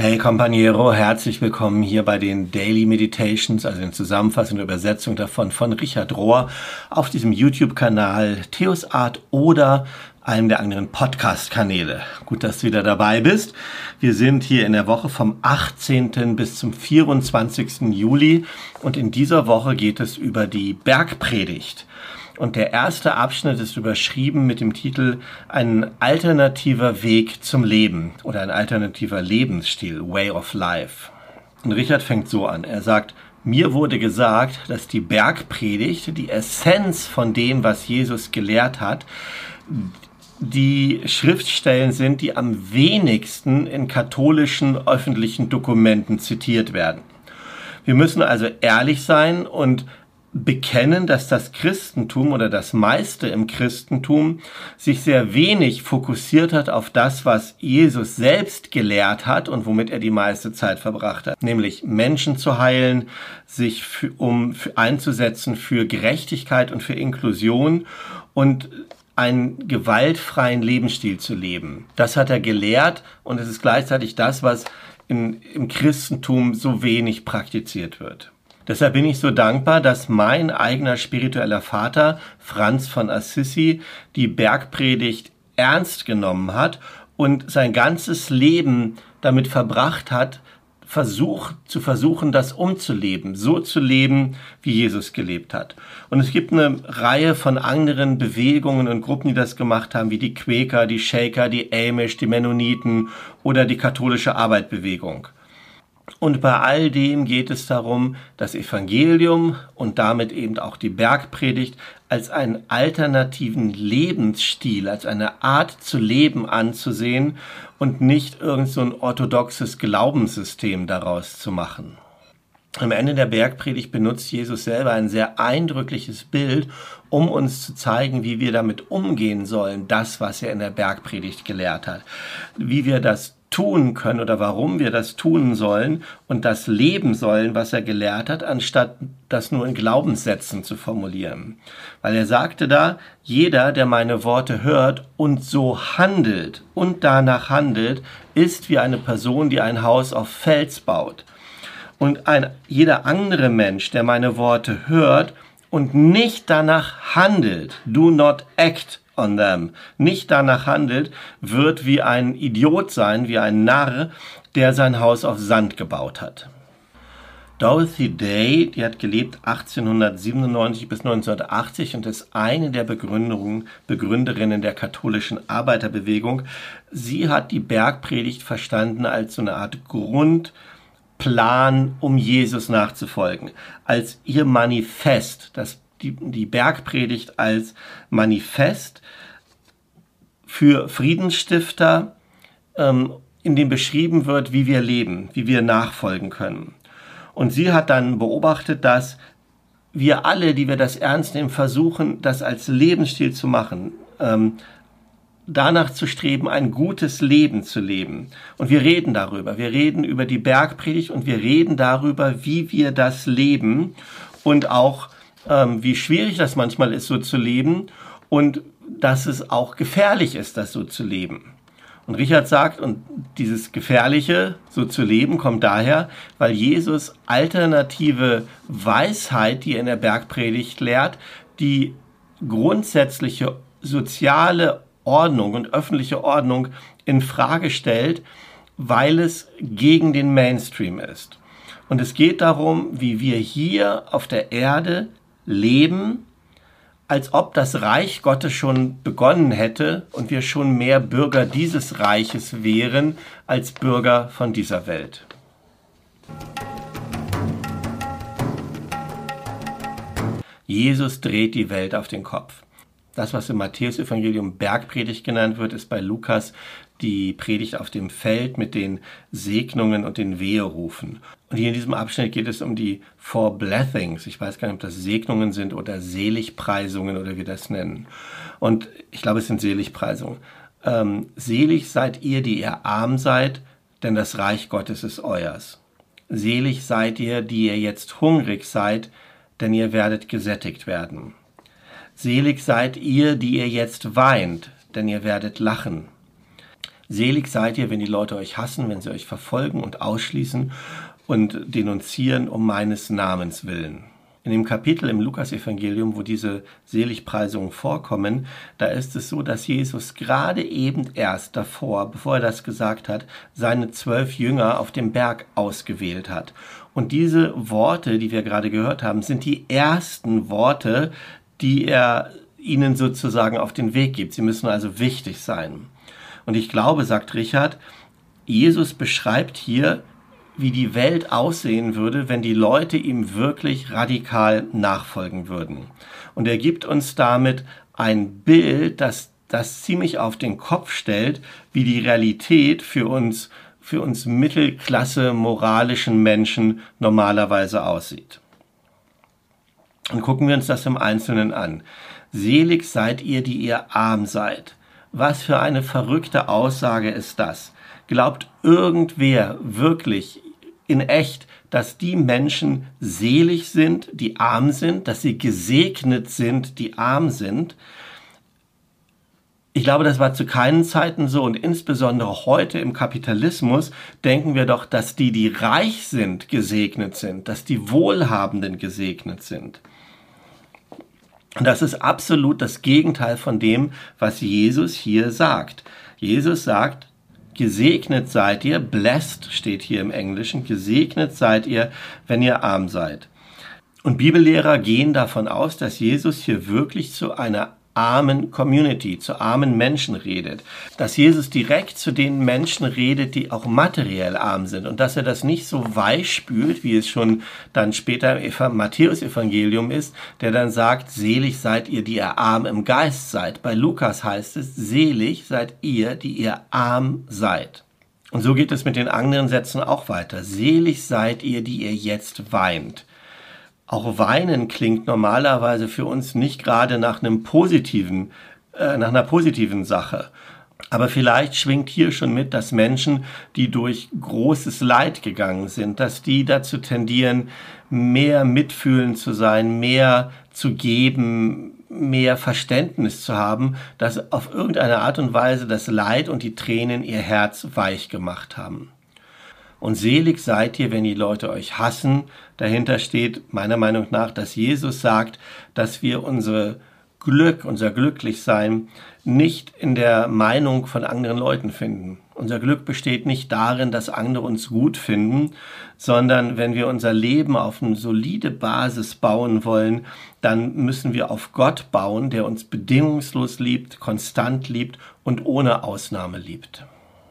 Hey Compañero, herzlich willkommen hier bei den Daily Meditations, also den Zusammenfassung und Übersetzung davon von Richard Rohr auf diesem YouTube-Kanal Theos Art oder einem der anderen Podcast-Kanäle. Gut, dass du wieder dabei bist. Wir sind hier in der Woche vom 18. bis zum 24. Juli und in dieser Woche geht es über die Bergpredigt. Und der erste Abschnitt ist überschrieben mit dem Titel Ein alternativer Weg zum Leben oder ein alternativer Lebensstil, Way of Life. Und Richard fängt so an. Er sagt, mir wurde gesagt, dass die Bergpredigt, die Essenz von dem, was Jesus gelehrt hat, die Schriftstellen sind, die am wenigsten in katholischen öffentlichen Dokumenten zitiert werden. Wir müssen also ehrlich sein und bekennen, dass das Christentum oder das meiste im Christentum sich sehr wenig fokussiert hat auf das, was Jesus selbst gelehrt hat und womit er die meiste Zeit verbracht hat, nämlich Menschen zu heilen, sich einzusetzen für Gerechtigkeit und für Inklusion und einen gewaltfreien Lebensstil zu leben. Das hat er gelehrt und es ist gleichzeitig das, was im Christentum so wenig praktiziert wird. Deshalb bin ich so dankbar, dass mein eigener spiritueller Vater, Franz von Assisi, die Bergpredigt ernst genommen hat und sein ganzes Leben damit verbracht hat, zu versuchen, das umzuleben, so zu leben, wie Jesus gelebt hat. Und es gibt eine Reihe von anderen Bewegungen und Gruppen, die das gemacht haben, wie die Quäker, die Shaker, die Amish, die Mennoniten oder die katholische Arbeiterbewegung. Und bei all dem geht es darum, das Evangelium und damit eben auch die Bergpredigt als einen alternativen Lebensstil, als eine Art zu leben anzusehen und nicht irgend so ein orthodoxes Glaubenssystem daraus zu machen. Am Ende der Bergpredigt benutzt Jesus selber ein sehr eindrückliches Bild, um uns zu zeigen, wie wir damit umgehen sollen, das, was er in der Bergpredigt gelehrt hat. Wie wir das tun können oder warum wir das tun sollen und das leben sollen, was er gelehrt hat, anstatt das nur in Glaubenssätzen zu formulieren. Weil er sagte da, jeder, der meine Worte hört und so handelt und danach handelt, ist wie eine Person, die ein Haus auf Fels baut. Und jeder andere Mensch, der meine Worte hört und nicht danach handelt, do not act on them, nicht danach handelt, wird wie ein Idiot sein, wie ein Narr, der sein Haus auf Sand gebaut hat. Dorothy Day, die hat gelebt 1897 bis 1980 und ist eine der Begründerinnen der katholischen Arbeiterbewegung. Sie hat die Bergpredigt verstanden als so eine Art Grundplan, um Jesus nachzufolgen, als ihr Manifest, die Bergpredigt als Manifest für Friedensstifter, in dem beschrieben wird, wie wir leben, wie wir nachfolgen können. Und sie hat dann beobachtet, dass wir alle, die wir das ernst nehmen, versuchen, das als Lebensstil zu machen, danach zu streben, ein gutes Leben zu leben. Und wir reden darüber. Wir reden über die Bergpredigt und wir reden darüber, wie wir das leben und auch wie schwierig das manchmal ist, so zu leben und dass es auch gefährlich ist, das so zu leben. Und Richard sagt, und dieses Gefährliche, so zu leben, kommt daher, weil Jesus alternative Weisheit, die er in der Bergpredigt lehrt, die grundsätzliche soziale Ordnung und öffentliche Ordnung in Frage stellt, weil es gegen den Mainstream ist. Und es geht darum, wie wir hier auf der Erde leben, als ob das Reich Gottes schon begonnen hätte und wir schon mehr Bürger dieses Reiches wären als Bürger von dieser Welt. Jesus dreht die Welt auf den Kopf. Das, was im Matthäus-Evangelium Bergpredigt genannt wird, ist bei Lukas die Predigt auf dem Feld mit den Segnungen und den Weherufen. Und hier in diesem Abschnitt geht es um die Four Blessings. Ich weiß gar nicht, ob das Segnungen sind oder Seligpreisungen oder wie wir das nennen. Und ich glaube, es sind Seligpreisungen. Selig seid ihr, die ihr arm seid, denn das Reich Gottes ist euers. Selig seid ihr, die ihr jetzt hungrig seid, denn ihr werdet gesättigt werden. Selig seid ihr, die ihr jetzt weint, denn ihr werdet lachen. Selig seid ihr, wenn die Leute euch hassen, wenn sie euch verfolgen und ausschließen und denunzieren um meines Namens willen. In dem Kapitel im Lukas-Evangelium, wo diese Seligpreisungen vorkommen, da ist es so, dass Jesus gerade eben erst davor, bevor er das gesagt hat, seine 12 Jünger auf dem Berg ausgewählt hat. Und diese Worte, die wir gerade gehört haben, sind die ersten Worte, die er ihnen sozusagen auf den Weg gibt. Sie müssen also wichtig sein. Und ich glaube, sagt Richard, Jesus beschreibt hier, wie die Welt aussehen würde, wenn die Leute ihm wirklich radikal nachfolgen würden. Und er gibt uns damit ein Bild, das ziemlich auf den Kopf stellt, wie die Realität für uns Mittelklasse moralischen Menschen normalerweise aussieht. Und gucken wir uns das im Einzelnen an. Selig seid ihr, die ihr arm seid. Was für eine verrückte Aussage ist das? Glaubt irgendwer wirklich in echt, dass die Menschen selig sind, die arm sind, dass sie gesegnet sind, die arm sind? Ich glaube, das war zu keinen Zeiten so, und insbesondere heute im Kapitalismus denken wir doch, dass die reich sind, gesegnet sind, dass die Wohlhabenden gesegnet sind. Und das ist absolut das Gegenteil von dem, was Jesus hier sagt. Jesus sagt, gesegnet seid ihr, blessed steht hier im Englischen, gesegnet seid ihr, wenn ihr arm seid. Und Bibellehrer gehen davon aus, dass Jesus hier wirklich zu einer armen Community, zu armen Menschen redet. Dass Jesus direkt zu den Menschen redet, die auch materiell arm sind. Und dass er das nicht so weichspült, wie es schon dann später im Matthäus-Evangelium ist, der dann sagt, selig seid ihr, die ihr arm im Geist seid. Bei Lukas heißt es, selig seid ihr, die ihr arm seid. Und so geht es mit den anderen Sätzen auch weiter. Selig seid ihr, die ihr jetzt weint. Auch weinen klingt normalerweise für uns nicht gerade nach einer positiven Sache. Aber vielleicht schwingt hier schon mit, dass Menschen, die durch großes Leid gegangen sind, dass die dazu tendieren, mehr mitfühlend zu sein, mehr zu geben, mehr Verständnis zu haben, dass auf irgendeine Art und Weise das Leid und die Tränen ihr Herz weich gemacht haben. Und selig seid ihr, wenn die Leute euch hassen. Dahinter steht meiner Meinung nach, dass Jesus sagt, dass wir unser Glücklichsein nicht in der Meinung von anderen Leuten finden. Unser Glück besteht nicht darin, dass andere uns gut finden, sondern wenn wir unser Leben auf eine solide Basis bauen wollen, dann müssen wir auf Gott bauen, der uns bedingungslos liebt, konstant liebt und ohne Ausnahme liebt.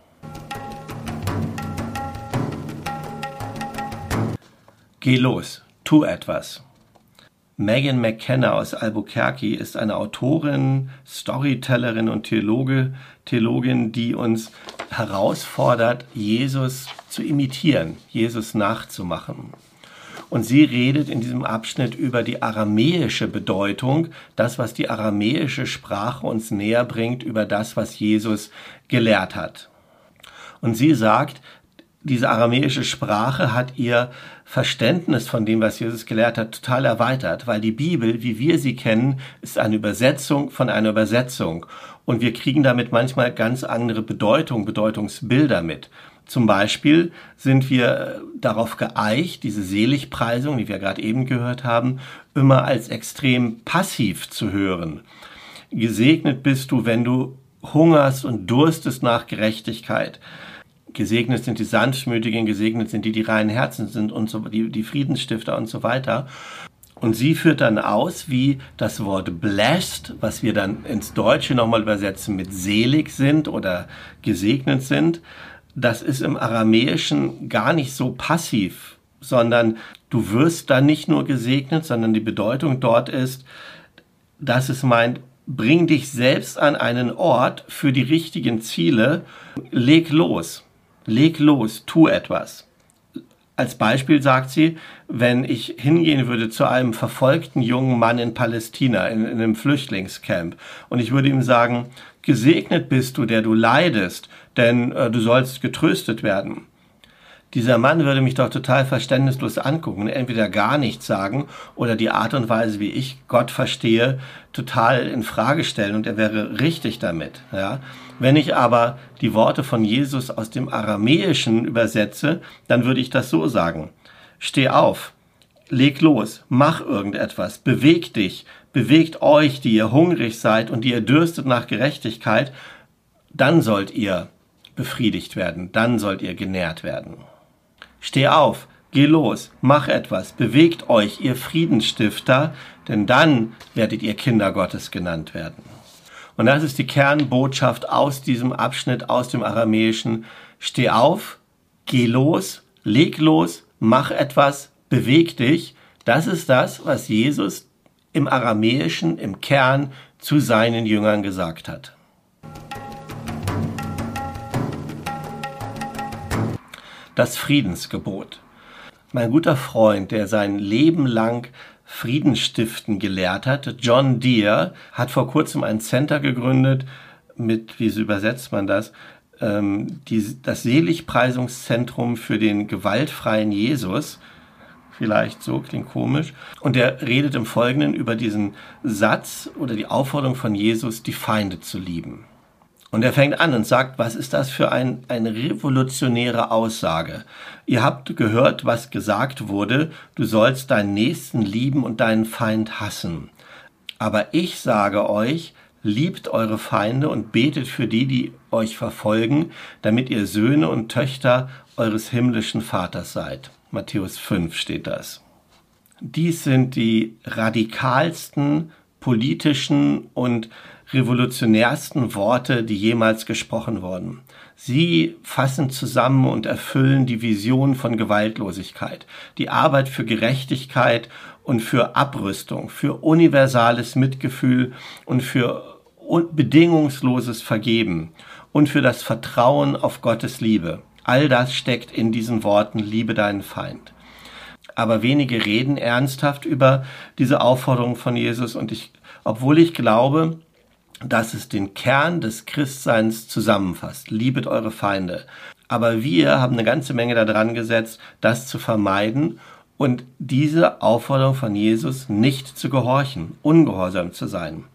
Geh los, tu etwas. Megan McKenna aus Albuquerque ist eine Autorin, Storytellerin und Theologin, die uns herausfordert, Jesus zu imitieren, Jesus nachzumachen. Und sie redet in diesem Abschnitt über die aramäische Bedeutung, das, was die aramäische Sprache uns näher bringt, über das, was Jesus gelehrt hat. Und sie sagt, diese aramäische Sprache hat ihr Verständnis von dem, was Jesus gelehrt hat, total erweitert, weil die Bibel, wie wir sie kennen, ist eine Übersetzung von einer Übersetzung. Und wir kriegen damit manchmal ganz andere Bedeutungsbilder mit. Zum Beispiel sind wir darauf geeicht, diese Seligpreisung, die wir gerade eben gehört haben, immer als extrem passiv zu hören. Gesegnet bist du, wenn du hungerst und durstest nach Gerechtigkeit. Gesegnet sind die Sanftmütigen, gesegnet sind die reinen Herzen sind und so, die Friedensstifter und so weiter. Und sie führt dann aus, wie das Wort blessed, was wir dann ins Deutsche nochmal übersetzen mit selig sind oder gesegnet sind, das ist im Aramäischen gar nicht so passiv, sondern du wirst dann nicht nur gesegnet, sondern die Bedeutung dort ist, dass es meint, bring dich selbst an einen Ort für die richtigen Ziele, leg los, tu etwas. Als Beispiel sagt sie, wenn ich hingehen würde zu einem verfolgten jungen Mann in Palästina, in einem Flüchtlingscamp, und ich würde ihm sagen, gesegnet bist du, der du leidest, denn du sollst getröstet werden. Dieser Mann würde mich doch total verständnislos angucken und entweder gar nichts sagen oder die Art und Weise, wie ich Gott verstehe, total in Frage stellen und er wäre richtig damit. Ja? Wenn ich aber die Worte von Jesus aus dem Aramäischen übersetze, dann würde ich das so sagen. Steh auf, leg los, mach irgendetwas, beweg dich, bewegt euch, die ihr hungrig seid und die ihr dürstet nach Gerechtigkeit, dann sollt ihr befriedigt werden, dann sollt ihr genährt werden. Steh auf, geh los, mach etwas, bewegt euch, ihr Friedensstifter, denn dann werdet ihr Kinder Gottes genannt werden. Und das ist die Kernbotschaft aus diesem Abschnitt, aus dem Aramäischen. Steh auf, geh los, leg los, mach etwas, beweg dich. Das ist das, was Jesus im Aramäischen, im Kern zu seinen Jüngern gesagt hat. Das Friedensgebot. Mein guter Freund, der sein Leben lang Friedensstiften gelehrt hat, John Deere, hat vor kurzem ein Center gegründet mit, wie übersetzt man das, das Seligpreisungszentrum für den gewaltfreien Jesus. Vielleicht so, klingt komisch. Und er redet im Folgenden über diesen Satz oder die Aufforderung von Jesus, die Feinde zu lieben. Und er fängt an und sagt, was ist das für eine revolutionäre Aussage? Ihr habt gehört, was gesagt wurde, du sollst deinen Nächsten lieben und deinen Feind hassen. Aber ich sage euch, liebt eure Feinde und betet für die, die euch verfolgen, damit ihr Söhne und Töchter eures himmlischen Vaters seid. Matthäus 5 steht das. Dies sind die radikalsten politischen und revolutionärsten Worte, die jemals gesprochen wurden. Sie fassen zusammen und erfüllen die Vision von Gewaltlosigkeit, die Arbeit für Gerechtigkeit und für Abrüstung, für universales Mitgefühl und für bedingungsloses Vergeben und für das Vertrauen auf Gottes Liebe. All das steckt in diesen Worten, liebe deinen Feind. Aber wenige reden ernsthaft über diese Aufforderung von Jesus und obwohl ich glaube, dass es den Kern des Christseins zusammenfasst. Liebet eure Feinde. Aber wir haben eine ganze Menge daran gesetzt, das zu vermeiden und diese Aufforderung von Jesus nicht zu gehorchen, ungehorsam zu sein.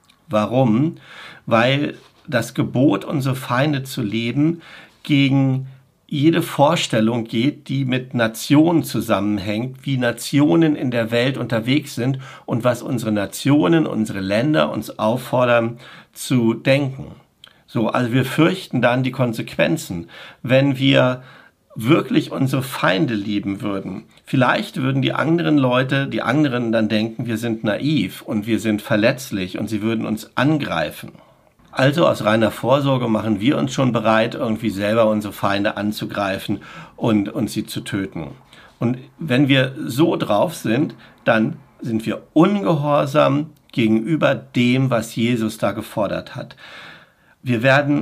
Warum? Weil das Gebot, unsere Feinde zu lieben, gegen jede Vorstellung geht, die mit Nationen zusammenhängt, wie Nationen in der Welt unterwegs sind und was unsere Nationen, unsere Länder uns auffordern zu denken. So, also wir fürchten dann die Konsequenzen, wenn wir wirklich unsere Feinde lieben würden. Vielleicht würden die anderen Leute, die anderen dann denken, wir sind naiv und wir sind verletzlich und sie würden uns angreifen. Also aus reiner Vorsorge machen wir uns schon bereit, irgendwie selber unsere Feinde anzugreifen und sie zu töten. Und wenn wir so drauf sind, dann sind wir ungehorsam gegenüber dem, was Jesus da gefordert hat. Wir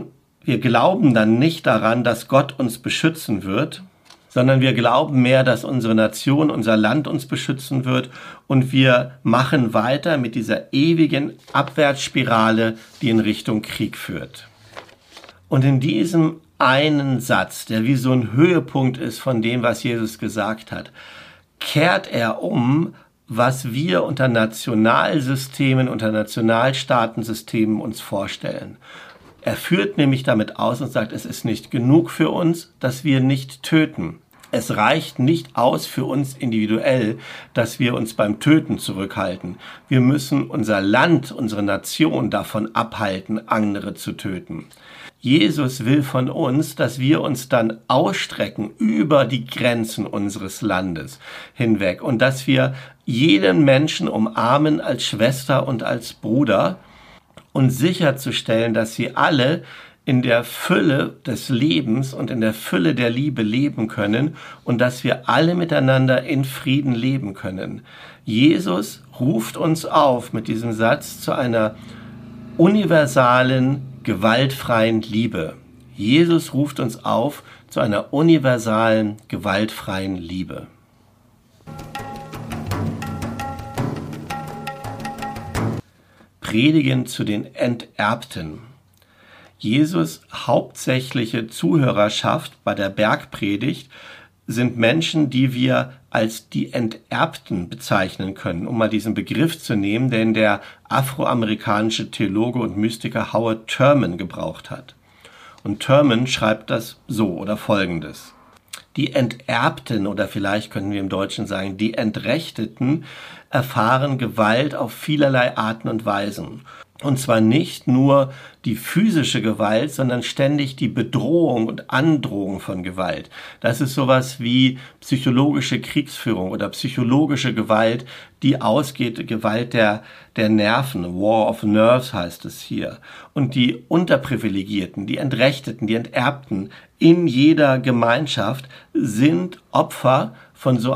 glauben dann nicht daran, dass Gott uns beschützen wird, sondern wir glauben mehr, dass unsere Nation, unser Land uns beschützen wird und wir machen weiter mit dieser ewigen Abwärtsspirale, die in Richtung Krieg führt. Und in diesem einen Satz, der wie so ein Höhepunkt ist von dem, was Jesus gesagt hat, kehrt er um, was wir unter Nationalsystemen, unter Nationalstaatensystemen uns vorstellen. Er führt nämlich damit aus und sagt, es ist nicht genug für uns, dass wir nicht töten. Es reicht nicht aus für uns individuell, dass wir uns beim Töten zurückhalten. Wir müssen unser Land, unsere Nation davon abhalten, andere zu töten. Jesus will von uns, dass wir uns dann ausstrecken über die Grenzen unseres Landes hinweg und dass wir jeden Menschen umarmen als Schwester und als Bruder und sicherzustellen, dass sie alle in der Fülle des Lebens und in der Fülle der Liebe leben können und dass wir alle miteinander in Frieden leben können. Jesus ruft uns auf mit diesem Satz zu einer universalen, gewaltfreien Liebe. Jesus ruft uns auf zu einer universalen, gewaltfreien Liebe. Predigen zu den Enterbten. Jesus' hauptsächliche Zuhörerschaft bei der Bergpredigt sind Menschen, die wir als die Enterbten bezeichnen können, um mal diesen Begriff zu nehmen, den der afroamerikanische Theologe und Mystiker Howard Thurman gebraucht hat. Und Thurman schreibt das so oder Folgendes: Die Enterbten, oder vielleicht können wir im Deutschen sagen, die Entrechteten, erfahren Gewalt auf vielerlei Arten und Weisen. Und zwar nicht nur die physische Gewalt, sondern ständig die Bedrohung und Androhung von Gewalt. Das ist sowas wie psychologische Kriegsführung oder psychologische Gewalt, die ausgeht, Gewalt der Nerven. War of Nerves heißt es hier. Und die Unterprivilegierten, die Entrechteten, die Enterbten in jeder Gemeinschaft sind Opfer von so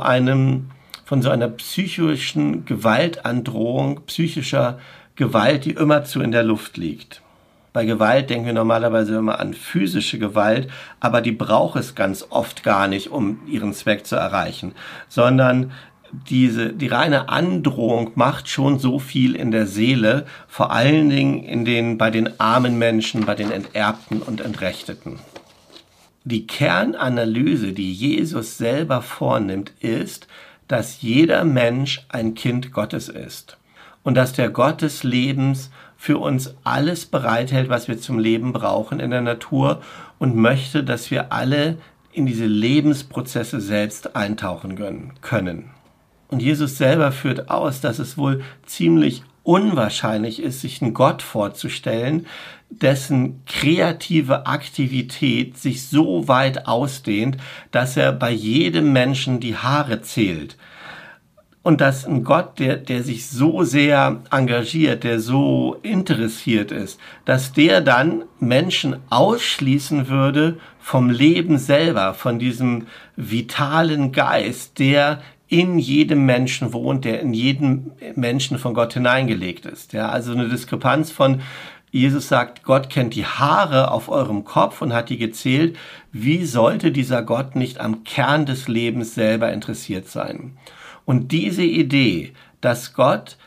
einer psychischen Gewaltandrohung, psychischer Gewalt, die immerzu in der Luft liegt. Bei Gewalt denken wir normalerweise immer an physische Gewalt, aber die braucht es ganz oft gar nicht, um ihren Zweck zu erreichen, sondern die reine Androhung macht schon so viel in der Seele, vor allen Dingen bei den armen Menschen, bei den Enterbten und Entrechteten. Die Kernanalyse, die Jesus selber vornimmt, ist, dass jeder Mensch ein Kind Gottes ist. Und dass der Gott des Lebens für uns alles bereithält, was wir zum Leben brauchen in der Natur und möchte, dass wir alle in diese Lebensprozesse selbst eintauchen können. Und Jesus selber führt aus, dass es wohl ziemlich unwahrscheinlich ist, sich einen Gott vorzustellen, dessen kreative Aktivität sich so weit ausdehnt, dass er bei jedem Menschen die Haare zählt. Und dass ein Gott, der sich so sehr engagiert, der so interessiert ist, dass der dann Menschen ausschließen würde vom Leben selber, von diesem vitalen Geist, der in jedem Menschen wohnt, der in jedem Menschen von Gott hineingelegt ist. Ja, also eine Diskrepanz von, Jesus sagt, Gott kennt die Haare auf eurem Kopf und hat die gezählt. Wie sollte dieser Gott nicht am Kern des Lebens selber interessiert sein? Und diese Idee, dass Gott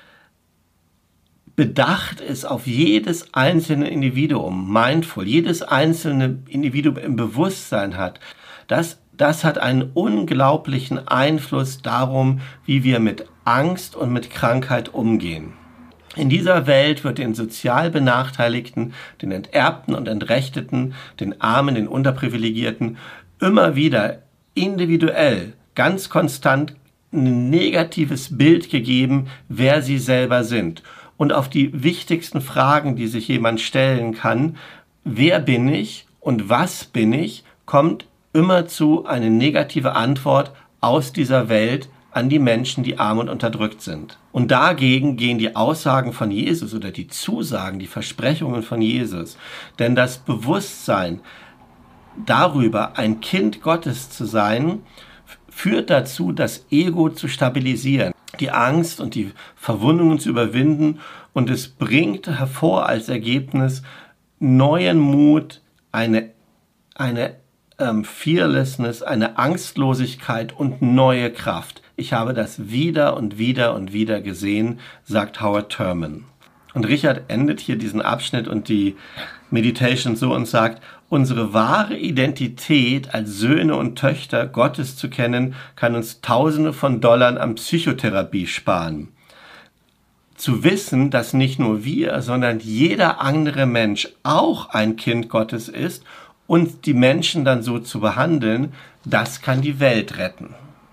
bedacht ist auf jedes einzelne Individuum, mindful, jedes einzelne Individuum im Bewusstsein hat, das hat einen unglaublichen Einfluss darum, wie wir mit Angst und mit Krankheit umgehen. In dieser Welt wird den sozial Benachteiligten, den Enterbten und Entrechteten, den Armen, den Unterprivilegierten immer wieder individuell, ganz konstant ein negatives Bild gegeben, wer sie selber sind. Und auf die wichtigsten Fragen, die sich jemand stellen kann, wer bin ich und was bin ich, kommt immerzu eine negative Antwort aus dieser Welt an die Menschen, die arm und unterdrückt sind. Und dagegen gehen die Aussagen von Jesus oder die Zusagen, die Versprechungen von Jesus. Denn das Bewusstsein darüber, ein Kind Gottes zu sein, führt dazu, das Ego zu stabilisieren, die Angst und die Verwundungen zu überwinden, und es bringt hervor als Ergebnis neuen Mut, eine Fearlessness, eine Angstlosigkeit und neue Kraft. Ich habe das wieder und wieder und wieder gesehen, sagt Howard Thurman. Und Richard endet hier diesen Abschnitt und die Meditation so und sagt, unsere wahre Identität als Söhne und Töchter Gottes zu kennen, kann uns Tausende von Dollar an Psychotherapie sparen. Zu wissen, dass nicht nur wir, sondern jeder andere Mensch auch ein Kind Gottes ist und die Menschen dann so zu behandeln, das kann die Welt retten.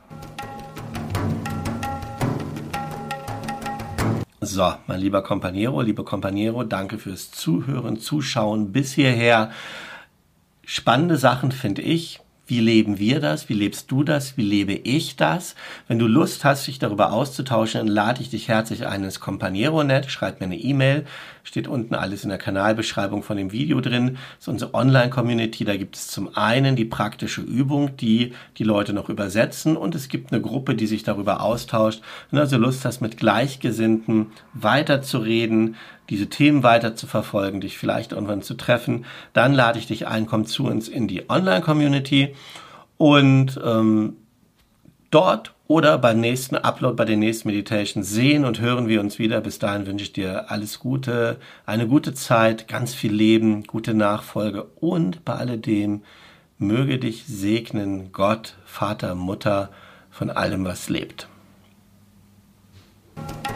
So, mein lieber Companiero, liebe Companiero, danke fürs Zuhören, Zuschauen bis hierher. Spannende Sachen finde ich. Wie leben wir das? Wie lebst du das? Wie lebe ich das? Wenn du Lust hast, dich darüber auszutauschen, dann lade ich dich herzlich ein ins Companiero-Net. Schreib mir eine E-Mail. Steht unten alles in der Kanalbeschreibung von dem Video drin. Das ist unsere Online-Community. Da gibt es zum einen die praktische Übung, die Leute noch übersetzen. Und es gibt eine Gruppe, die sich darüber austauscht. Wenn du also Lust hast, mit Gleichgesinnten weiterzureden, diese Themen weiter zu verfolgen, dich vielleicht irgendwann zu treffen, dann lade ich dich ein, komm zu uns in die Online-Community und dort oder beim nächsten Upload, bei den nächsten Meditations sehen und hören wir uns wieder. Bis dahin wünsche ich dir alles Gute, eine gute Zeit, ganz viel Leben, gute Nachfolge und bei alledem Möge dich segnen Gott, Vater, Mutter von allem, was lebt.